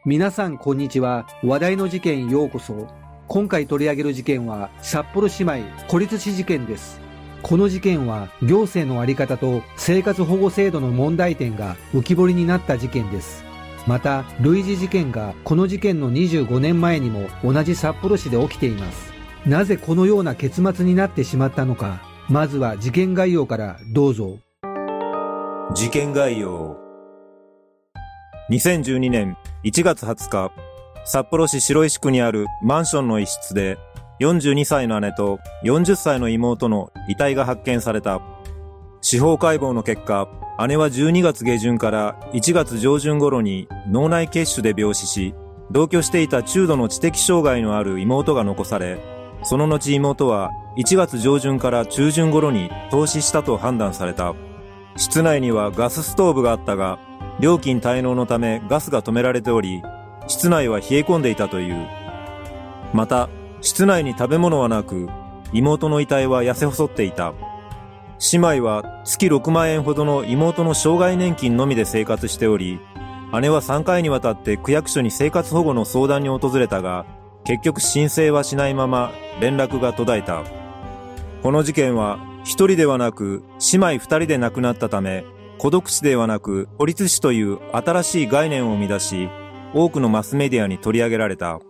皆さんこんにちは。話題の事件へようこそ。今回取り上げる事件は札幌姉妹孤立死事件です。この事件は行政の在り方と生活保護制度の問題点が浮き彫りになった事件です。また類似事件がこの事件の25年前にも同じ札幌市で起きています。なぜこのような結末になってしまったのか、まずは事件概要からどうぞ。 事件概要。2012年1月20日、札幌市白石区にあるマンションの一室で42歳の姉と40歳の妹の遺体が発見された。司法解剖の結果、姉は12月下旬から1月上旬頃に脳内血腫で病死し、同居していた中度の知的障害のある妹が残され、その後妹は1月上旬から中旬頃に凍死したと判断された。室内にはガスストーブがあったが、料金滞納のためガスが止められており、室内は冷え込んでいたという。また、室内に食べ物はなく、妹の遺体は痩せ細っていた。姉妹は月6万円ほどの妹の障害年金のみで生活しており、姉は3回にわたって区役所に生活保護の相談に訪れたが、結局申請はしないまま連絡が途絶えた。この事件は一人ではなく姉妹二人で亡くなったため、孤独死ではなく孤立死という新しい概念を生み出し、多くのマスメディアに取り上げられた。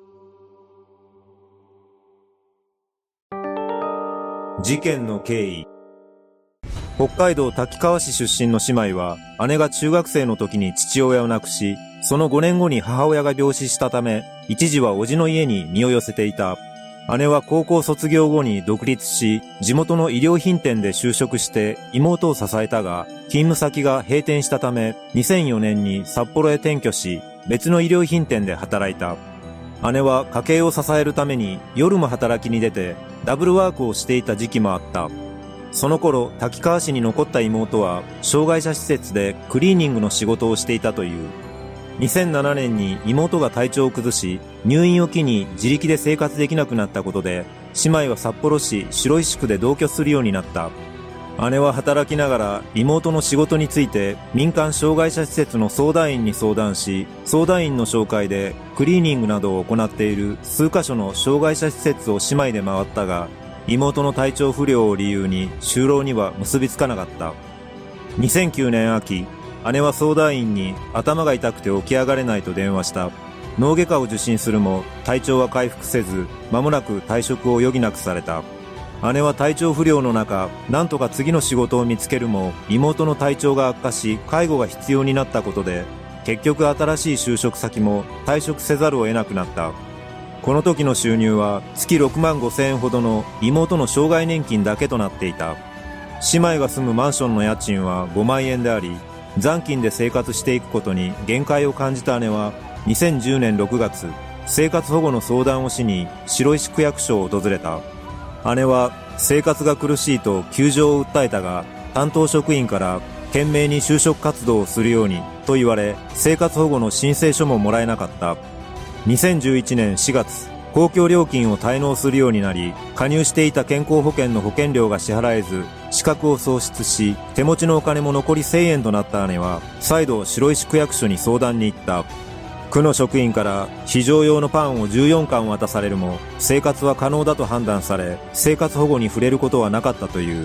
事件の経緯。北海道滝川市出身の姉妹は、姉が中学生の時に父親を亡くし、その5年後に母親が病死したため、一時は叔父の家に身を寄せていた。姉は高校卒業後に独立し、地元の衣料品店で就職して妹を支えたが、勤務先が閉店したため、2004年に札幌へ転居し、別の衣料品店で働いた。姉は家計を支えるために夜も働きに出て、ダブルワークをしていた時期もあった。その頃、滝川市に残った妹は、障害者施設でクリーニングの仕事をしていたという。2007年に妹が体調を崩し、入院を機に自力で生活できなくなったことで、姉妹は札幌市白石区で同居するようになった。姉は働きながら妹の仕事について民間障害者施設の相談員に相談し、相談員の紹介でクリーニングなどを行っている数カ所の障害者施設を姉妹で回ったが、妹の体調不良を理由に就労には結びつかなかった。2009年秋、姉は相談員に頭が痛くて起き上がれないと電話した。脳外科を受診するも体調は回復せず、間もなく退職を余儀なくされた。姉は体調不良の中、なんとか次の仕事を見つけるも、妹の体調が悪化し、介護が必要になったことで、結局新しい就職先も退職せざるを得なくなった。この時の収入は月6万5千円ほどの妹の障害年金だけとなっていた。姉妹が住むマンションの家賃は5万円であり、残金で生活していくことに限界を感じた姉は、2010年6月、生活保護の相談をしに白石区役所を訪れた。姉は生活が苦しいと窮状を訴えたが、担当職員から懸命に就職活動をするようにと言われ、生活保護の申請書ももらえなかった。2011年4月、公共料金を滞納するようになり、加入していた健康保険の保険料が支払えず、資格を喪失し、手持ちのお金も残り1000円となった姉は、再度白石区役所に相談に行った。区の職員から非常用のパンを14缶渡されるも、生活は可能だと判断され、生活保護に触れることはなかったという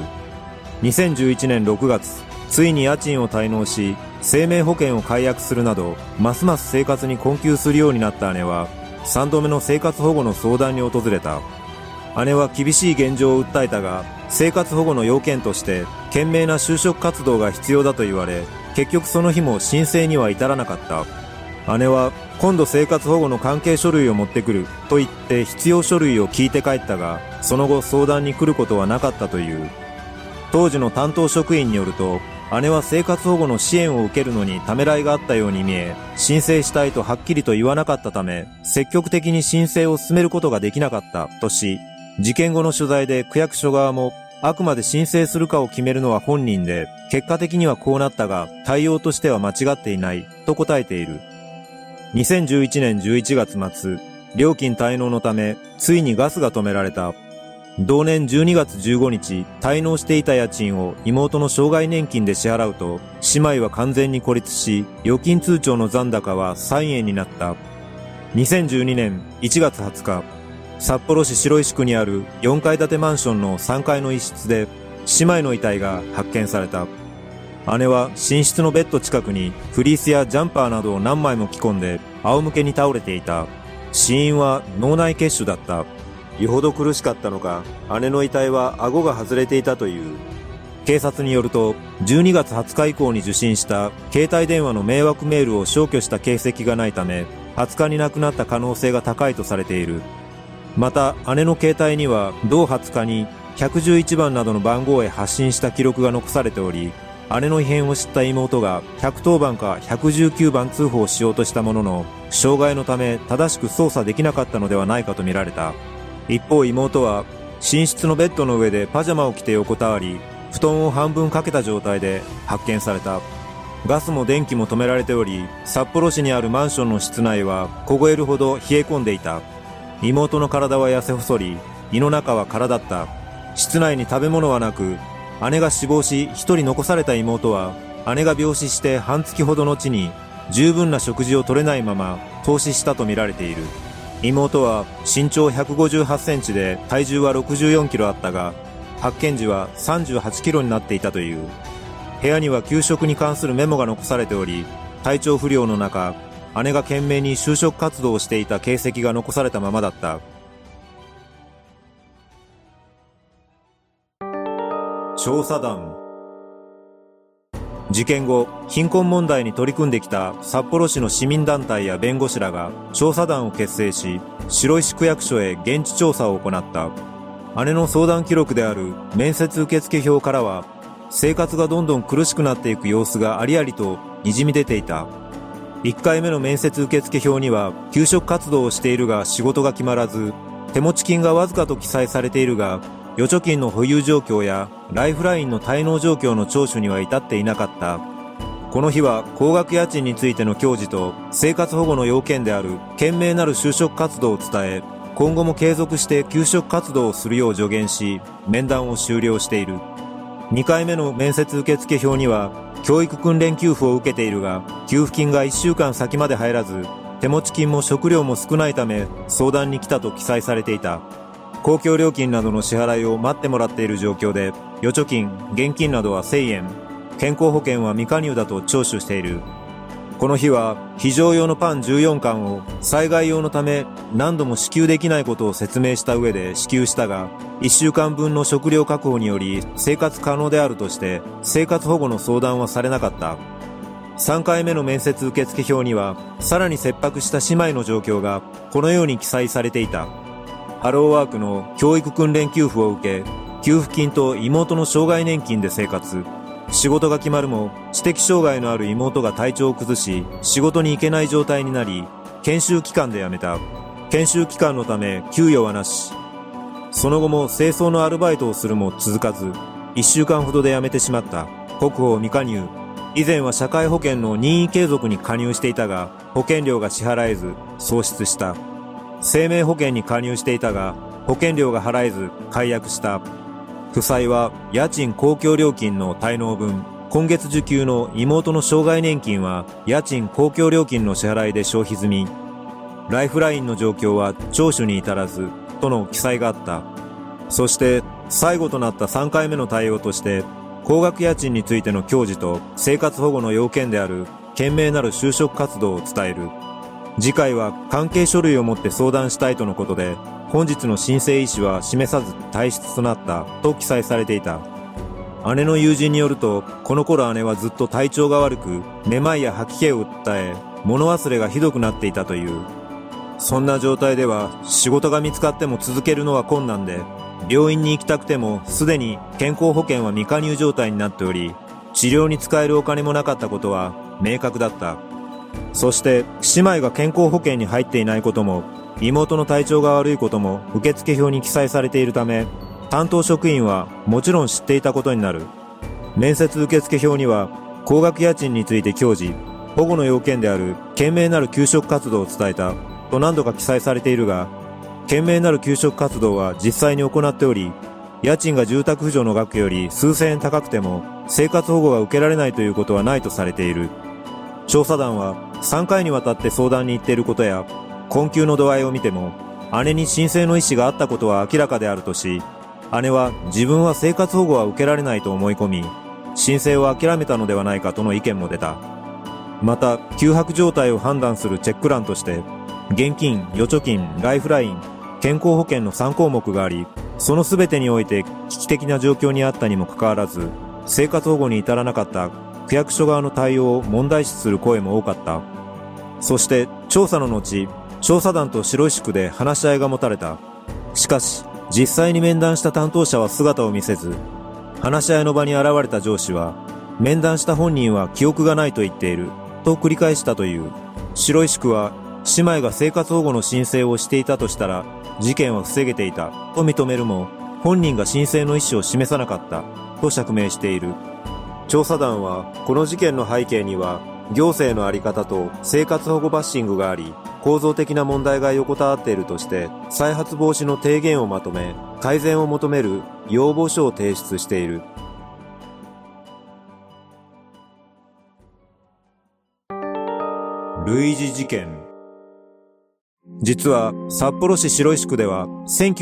。2011年6月、ついに家賃を滞納し、生命保険を解約するなど、ますます生活に困窮するようになった姉は、3度目の生活保護の相談に訪れた。姉は厳しい現状を訴えたが、生活保護の要件として懸命な就職活動が必要だと言われ、結局その日も申請には至らなかった。姉は今度生活保護の関係書類を持ってくると言って必要書類を聞いて帰ったが、その後相談に来ることはなかったという。当時の担当職員によると、姉は生活保護の支援を受けるのにためらいがあったように見え、申請したいとはっきりと言わなかったため、積極的に申請を進めることができなかったとし、事件後の取材で区役所側も、あくまで申請するかを決めるのは本人で、結果的にはこうなったが、対応としては間違っていないと答えている。2011年11月末、料金滞納のため、ついにガスが止められた。 同年12月15日、滞納していた家賃を妹の障害年金で支払うと、姉妹は完全に孤立し、預金通帳の残高は3円になった。2012年1月20日、札幌市白石区にある4階建てマンションの3階の一室で、姉妹の遺体が発見された。姉は寝室のベッド近くにフリースやジャンパーなどを何枚も着込んで仰向けに倒れていた。死因は脳内血腫だった。よほど苦しかったのか、姉の遺体は顎が外れていたという。警察によると、12月20日以降に受信した携帯電話の迷惑メールを消去した形跡がないため、20日に亡くなった可能性が高いとされている。また、姉の携帯には同20日に111番などの番号へ発信した記録が残されており、姉の異変を知った妹が110番か119番通報しようとしたものの、障害のため正しく操作できなかったのではないかとみられた。一方、妹は寝室のベッドの上でパジャマを着て横たわり、布団を半分かけた状態で発見された。ガスも電気も止められており、札幌市にあるマンションの室内は凍えるほど冷え込んでいた。妹の体は痩せ細り、胃の中は空だった。室内に食べ物はなく、姉が死亡し一人残された妹は、姉が病死して半月ほどの後に十分な食事を取れないまま凍死したとみられている。妹は身長158センチで体重は64キロあったが、発見時は38キロになっていたという。部屋には給食に関するメモが残されており、体調不良の中、姉が懸命に就職活動をしていた形跡が残されたままだった。調査団。事件後、貧困問題に取り組んできた札幌市の市民団体や弁護士らが調査団を結成し、白石区役所へ現地調査を行った。姉の相談記録である面接受付表からは、生活がどんどん苦しくなっていく様子がありありと滲み出ていた。1回目の面接受付表には、求職活動をしているが仕事が決まらず、手持ち金がわずかと記載されているが、預貯金の保有状況やライフラインの滞納状況の聴取には至っていなかった。この日は高額家賃についての教示と生活保護の要件である懸命なる就職活動を伝え、今後も継続して求職活動をするよう助言し、面談を終了している。2回目の面接受付表には、教育訓練給付を受けているが、給付金が1週間先まで入らず、手持ち金も食料も少ないため相談に来たと記載されていた。公共料金などの支払いを待ってもらっている状況で、預貯金、現金などは1000円、健康保険は未加入だと聴取している。この日は非常用のパン14缶を災害用のため何度も支給できないことを説明した上で支給したが、1週間分の食料確保により生活可能であるとして生活保護の相談はされなかった。3回目の面接受付表にはさらに切迫した姉妹の状況がこのように記載されていた。ハローワークの教育訓練給付を受け、給付金と妹の障害年金で生活。仕事が決まるも知的障害のある妹が体調を崩し仕事に行けない状態になり、研修期間で辞めた。研修期間のため給与はなし。その後も清掃のアルバイトをするも続かず、1週間ほどで辞めてしまった。国保未加入。以前は社会保険の任意継続に加入していたが、保険料が支払えず喪失した。生命保険に加入していたが、保険料が払えず解約した。負債は家賃公共料金の滞納分、今月受給の妹の障害年金は家賃公共料金の支払いで消費済み。ライフラインの状況は聴取に至らず、との記載があった。そして最後となった3回目の対応として、高額家賃についての教示と生活保護の要件である懸命なる就職活動を伝える。次回は関係書類を持って相談したいとのことで、本日の申請意思は示さず退出となったと記載されていた。姉の友人によると、この頃姉はずっと体調が悪く、めまいや吐き気を訴え、物忘れがひどくなっていたという。そんな状態では仕事が見つかっても続けるのは困難で、病院に行きたくてもすでに健康保険は未加入状態になっており、治療に使えるお金もなかったことは明確だった。そして姉妹が健康保険に入っていないことも、妹の体調が悪いことも受付表に記載されているため、担当職員はもちろん知っていたことになる。面接受付表には高額家賃について教示、保護の要件である懸命なる求職活動を伝えたと何度か記載されているが、 懸命なる求職活動は実際に行っており、家賃が住宅扶助の額より数千円高くても生活保護が受けられないということはないとされている。調査団は3回にわたって相談に行っていることや、困窮の度合いを見ても姉に申請の意思があったことは明らかであるとし、姉は自分は生活保護は受けられないと思い込み、申請を諦めたのではないかとの意見も出た。また、窮迫状態を判断するチェック欄として、現金、預貯金、ライフライン、健康保険の3項目があり、その全てにおいて危機的な状況にあったにもかかわらず、生活保護に至らなかった区役所側の対応を問題視する声も多かった。そして、調査の後、調査団と白石区で話し合いが持たれた。しかし、実際に面談した担当者は姿を見せず、話し合いの場に現れた上司は、面談した本人は記憶がないと言っている、と繰り返したという。白石区は、姉妹が生活保護の申請をしていたとしたら、事件は防げていた、と認めるも、本人が申請の意思を示さなかった、と釈明している。調査団は、この事件の背景には、行政の在り方と生活保護バッシングがあり、構造的な問題が横たわっているとして、再発防止の提言をまとめ、改善を求める要望書を提出している。類似事件。実は札幌市白石区では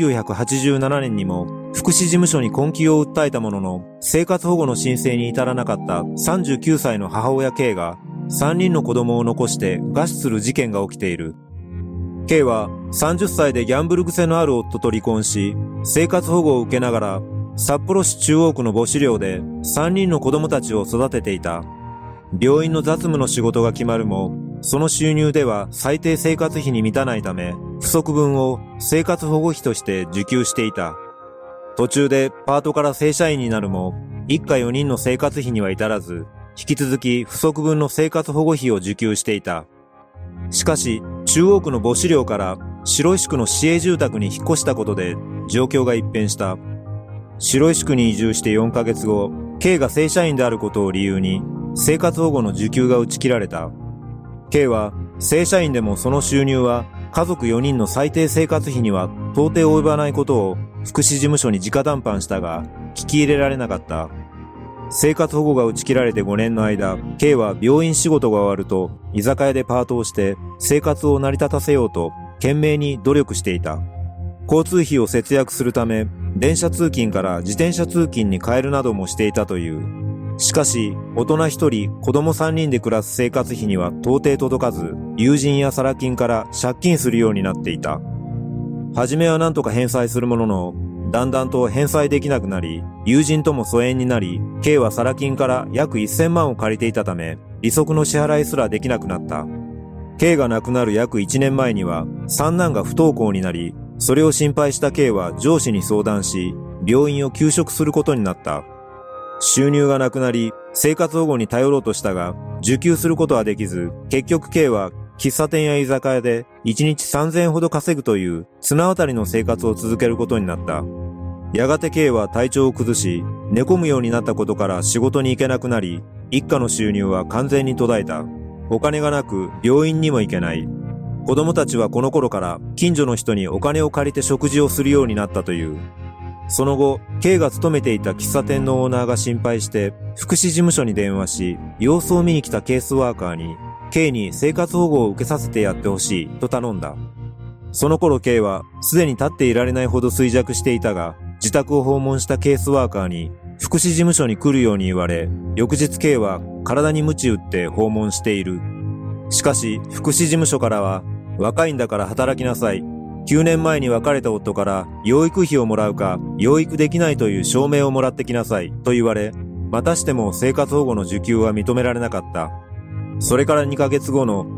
1987年にも福祉事務所に困窮を訴えたものの生活保護の申請に至らなかった39歳の母親 K が3人の子供を残して餓死する事件が起きている。K は30歳でギャンブル癖のある夫と離婚し、生活保護を受けながら札幌市中央区の母子寮で3人の子供たちを育てていた。病院の雑務の仕事が決まるも、その収入では最低生活費に満たないため、不足分を生活保護費として受給していた。途中でパートから正社員になるも、一家4人の生活費には至らず、引き続き不足分の生活保護費を受給していた。しかし、中央区の母子寮から白石区の市営住宅に引っ越したことで状況が一変した。白石区に移住して4ヶ月後、K が正社員であることを理由に生活保護の受給が打ち切られた。K は正社員でもその収入は家族4人の最低生活費には到底及ばないことを福祉事務所に直談判したが聞き入れられなかった。生活保護が打ち切られて5年の間、K は病院仕事が終わると居酒屋でパートをして生活を成り立たせようと懸命に努力していた。交通費を節約するため、電車通勤から自転車通勤に変えるなどもしていたという。しかし、大人1人、子供3人で暮らす生活費には到底届かず、友人やサラ金から借金するようになっていた。はじめは何とか返済するものの、だんだんと返済できなくなり、友人とも疎遠になり、K はサラ金から約1000万を借りていたため、利息の支払いすらできなくなった。K が亡くなる約1年前には、三男が不登校になり、それを心配した K は上司に相談し、病院を休職することになった。収入がなくなり、生活保護に頼ろうとしたが、受給することはできず、結局 K は喫茶店や居酒屋で1日3000円ほど稼ぐという綱渡りの生活を続けることになった。やがて K は体調を崩し、寝込むようになったことから仕事に行けなくなり、一家の収入は完全に途絶えた。お金がなく、病院にも行けない。子供たちはこの頃から近所の人にお金を借りて食事をするようになったという。その後、K が勤めていた喫茶店のオーナーが心配して、福祉事務所に電話し、様子を見に来たケースワーカーに、K に生活保護を受けさせてやってほしいと頼んだ。その頃 K は、すでに立っていられないほど衰弱していたが、自宅を訪問したケースワーカーに、福祉事務所に来るように言われ、翌日 K は体に鞭打って訪問している。しかし、福祉事務所からは、若いんだから働きなさい。9年前に別れた夫から養育費をもらうか養育できないという証明をもらってきなさいと言われ、またしても生活保護の受給は認められなかった。それから2ヶ月後の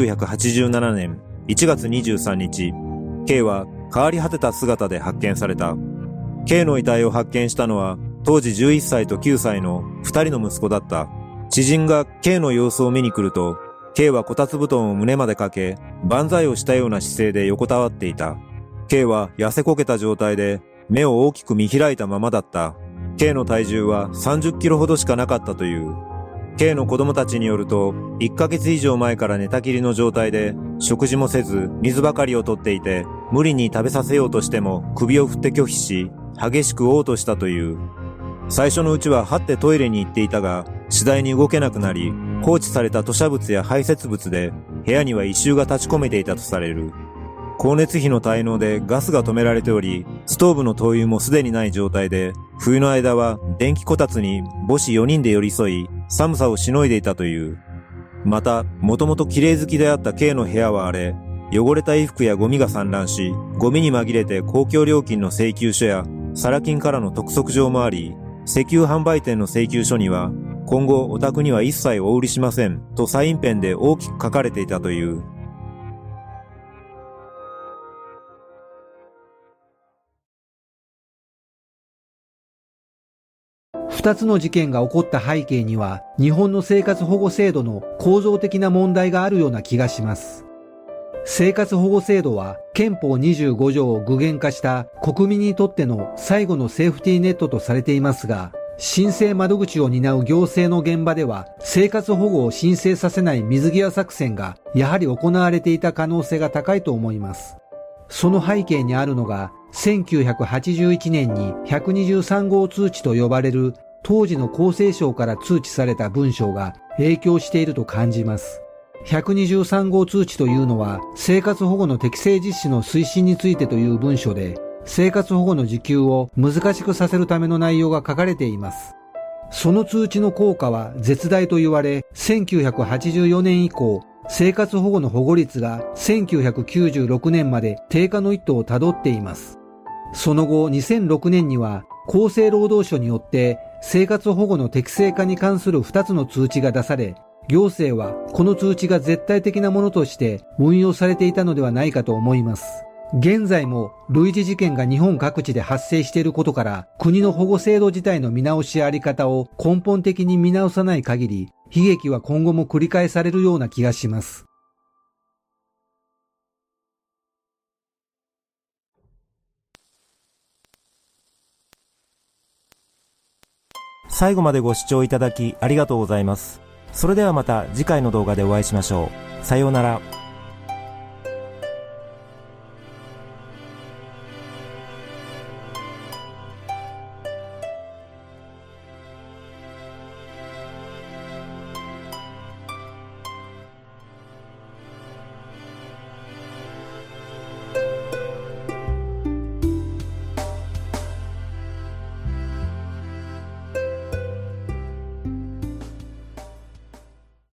1987年1月23日、K は変わり果てた姿で発見された。K の遺体を発見したのは当時11歳と9歳の2人の息子だった。知人が K の様子を見に来ると、K はこたつ布団を胸までかけ、万歳をしたような姿勢で横たわっていた。K は痩せこけた状態で、目を大きく見開いたままだった。K の体重は30キロほどしかなかったという。K の子供たちによると、1ヶ月以上前から寝たきりの状態で、食事もせず、水ばかりをとっていて、 無理に食べさせようとしても首を振って拒否し、激しく嘔吐したという。最初のうちは這ってトイレに行っていたが、次第に動けなくなり、放置された吐瀉物や排泄物で部屋には異臭が立ち込めていたとされる。光熱費の滞納でガスが止められており、ストーブの灯油もすでにない状態で、冬の間は電気こたつに母子4人で寄り添い、寒さをしのいでいたという。また、もともと綺麗好きであった K の部屋は荒れ、汚れた衣服やゴミが散乱し、ゴミに紛れて公共料金の請求書やサラ金からの督促状もあり、石油販売店の請求書には、今後お宅には一切お売りしませんとサインペンで大きく書かれていたという。 二つの事件が起こった背景には、日本の生活保護制度の構造的な問題があるような気がします。生活保護制度は憲法25条を具現化した国民にとっての最後のセーフティーネットとされていますが、申請窓口を担う行政の現場では生活保護を申請させない水際作戦がやはり行われていた可能性が高いと思います。その背景にあるのが1981年に123号通知と呼ばれる当時の厚生省から通知された文章が影響していると感じます。123号通知というのは生活保護の適正実施の推進についてという文書で、生活保護の受給を難しくさせるための内容が書かれています。その通知の効果は絶大と言われ、1984年以降、生活保護の保護率が1996年まで低下の一途をたどっています。その後、2006年には厚生労働省によって生活保護の適正化に関する2つの通知が出され、行政はこの通知が絶対的なものとして運用されていたのではないかと思います。現在も類似事件が日本各地で発生していることから、国の保護制度自体の見直しやあり方を根本的に見直さない限り、悲劇は今後も繰り返されるような気がします。 最後までご視聴いただきありがとうございます。それではまた次回の動画でお会いしましょう。さようなら。